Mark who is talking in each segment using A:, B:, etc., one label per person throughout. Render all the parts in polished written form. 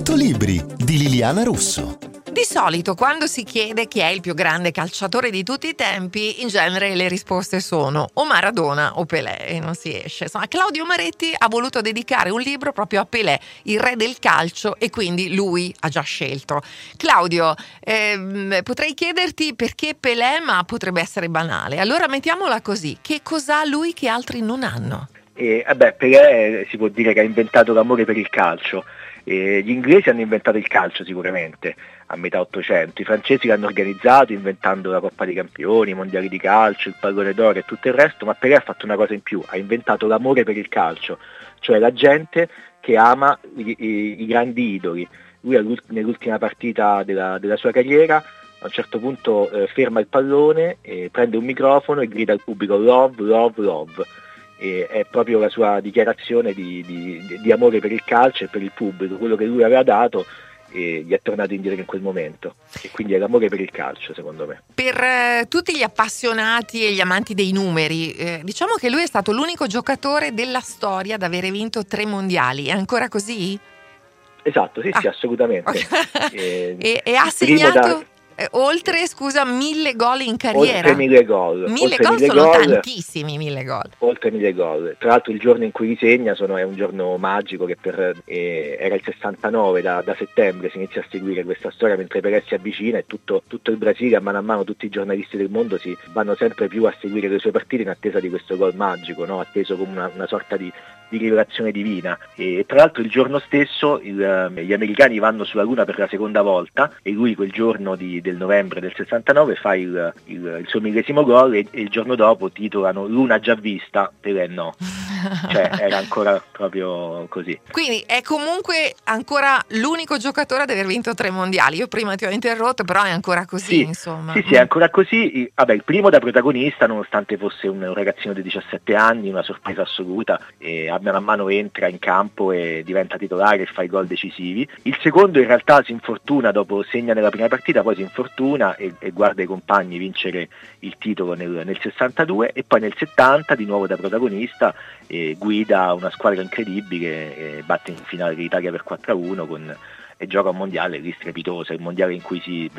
A: 100 libri di Liliana Russo.
B: Di solito quando si chiede chi è il più grande calciatore di tutti i tempi, in genere le risposte sono o Maradona o Pelé, e non si esce. Insomma, Claudio Moretti ha voluto dedicare un libro proprio a Pelé, il re del calcio, e quindi lui ha già scelto. Claudio, potrei chiederti perché Pelé, ma potrebbe essere banale. Allora mettiamola così: che cos'ha lui che altri non hanno?
C: Pelé si può dire che ha inventato l'amore per il calcio. Gli inglesi hanno inventato il calcio sicuramente a metà Ottocento, i francesi l'hanno organizzato inventando la Coppa dei Campioni, i mondiali di calcio, il pallone d'oro e tutto il resto, ma Pelé ha fatto una cosa in più: ha inventato l'amore per il calcio, cioè la gente che ama i grandi idoli. Lui nell'ultima partita della sua carriera a un certo punto ferma il pallone, prende un microfono e grida al pubblico "Love, love, love". È proprio la sua dichiarazione di amore per il calcio e per il pubblico, quello che lui aveva dato gli è tornato indietro in quel momento, e quindi è l'amore per il calcio, secondo me.
B: Per tutti gli appassionati e gli amanti dei numeri, diciamo che lui è stato l'unico giocatore della storia ad avere vinto 3 mondiali. È ancora così?
C: Esatto, sì, assolutamente.
B: E ha segnato oltre 1000 gol in carriera.
C: Oltre 1000 gol.
B: 1000 gol sono tantissimi, 1000 gol.
C: Oltre 1000 gol. Tra l'altro il giorno in cui li segna è un giorno magico, che era il 69, da settembre si inizia a seguire questa storia mentre Pelé si avvicina, e tutto il Brasile, a mano tutti i giornalisti del mondo si vanno sempre più a seguire le sue partite in attesa di questo gol magico, no? Atteso come una sorta di rivelazione divina. E tra l'altro il giorno stesso gli americani vanno sulla Luna per la seconda volta, e lui quel giorno del novembre del 69 fa il suo 1000° gol, e il giorno dopo titolano "Luna già vista, Pelé no". Cioè era ancora proprio così.
B: Quindi è comunque ancora l'unico giocatore ad aver vinto 3 mondiali. Io prima ti ho interrotto, però è ancora così,
C: sì,
B: insomma.
C: Sì, è ancora così. Il primo da protagonista, nonostante fosse un ragazzino di 17 anni, una sorpresa assoluta, e a mano entra in campo e diventa titolare e fa i gol decisivi. Il secondo in realtà si infortuna, dopo segna nella prima partita, poi si infortuna e guarda i compagni vincere il titolo nel 62, e poi nel 70 di nuovo da protagonista guida una squadra incredibile, batte in finale l'Italia per 4-1 e gioca un mondiale lì strepitoso, il mondiale in cui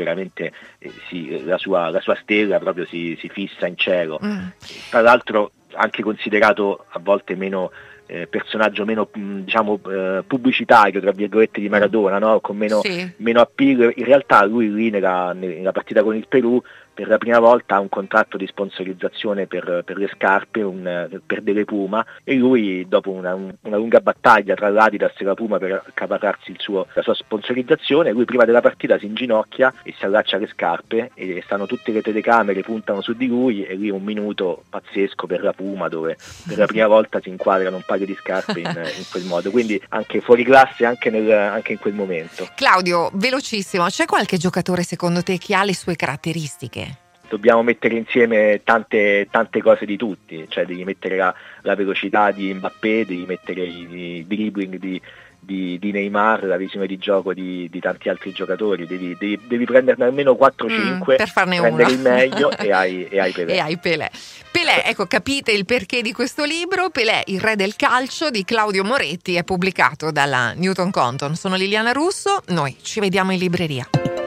C: la sua stella proprio si fissa in cielo. Tra l'altro anche considerato a volte meno personaggio meno pubblicitario, tra virgolette, di Maradona, no? Con meno appeal. In realtà lui lì nella partita con il Perù per la prima volta ha un contratto di sponsorizzazione per le scarpe, per delle Puma, e lui, dopo una lunga battaglia tra l'Adidas e la Puma per accaparrarsi la sua sponsorizzazione, lui prima della partita si inginocchia e si allaccia le scarpe, e stanno tutte le telecamere, puntano su di lui, e lì un minuto pazzesco per la Puma, dove per la prima volta si inquadrano un paio di scarpe in quel modo, quindi anche fuori classe anche in quel momento.
B: Claudio, velocissimo, c'è qualche giocatore secondo te che ha le sue caratteristiche?
C: Dobbiamo mettere insieme tante cose di tutti, cioè devi mettere la velocità di Mbappé, devi mettere i dribbling di Neymar, la visione di gioco di tanti altri giocatori, devi prenderne almeno 4-5
B: per farne
C: prendere
B: uno.
C: il meglio, e hai Pelé.
B: E hai Pelé. Pelé, ecco, capite il perché di questo libro. Pelé, il re del calcio, di Claudio Moretti, è pubblicato dalla Newton Compton. Sono Liliana Russo, noi ci vediamo in libreria.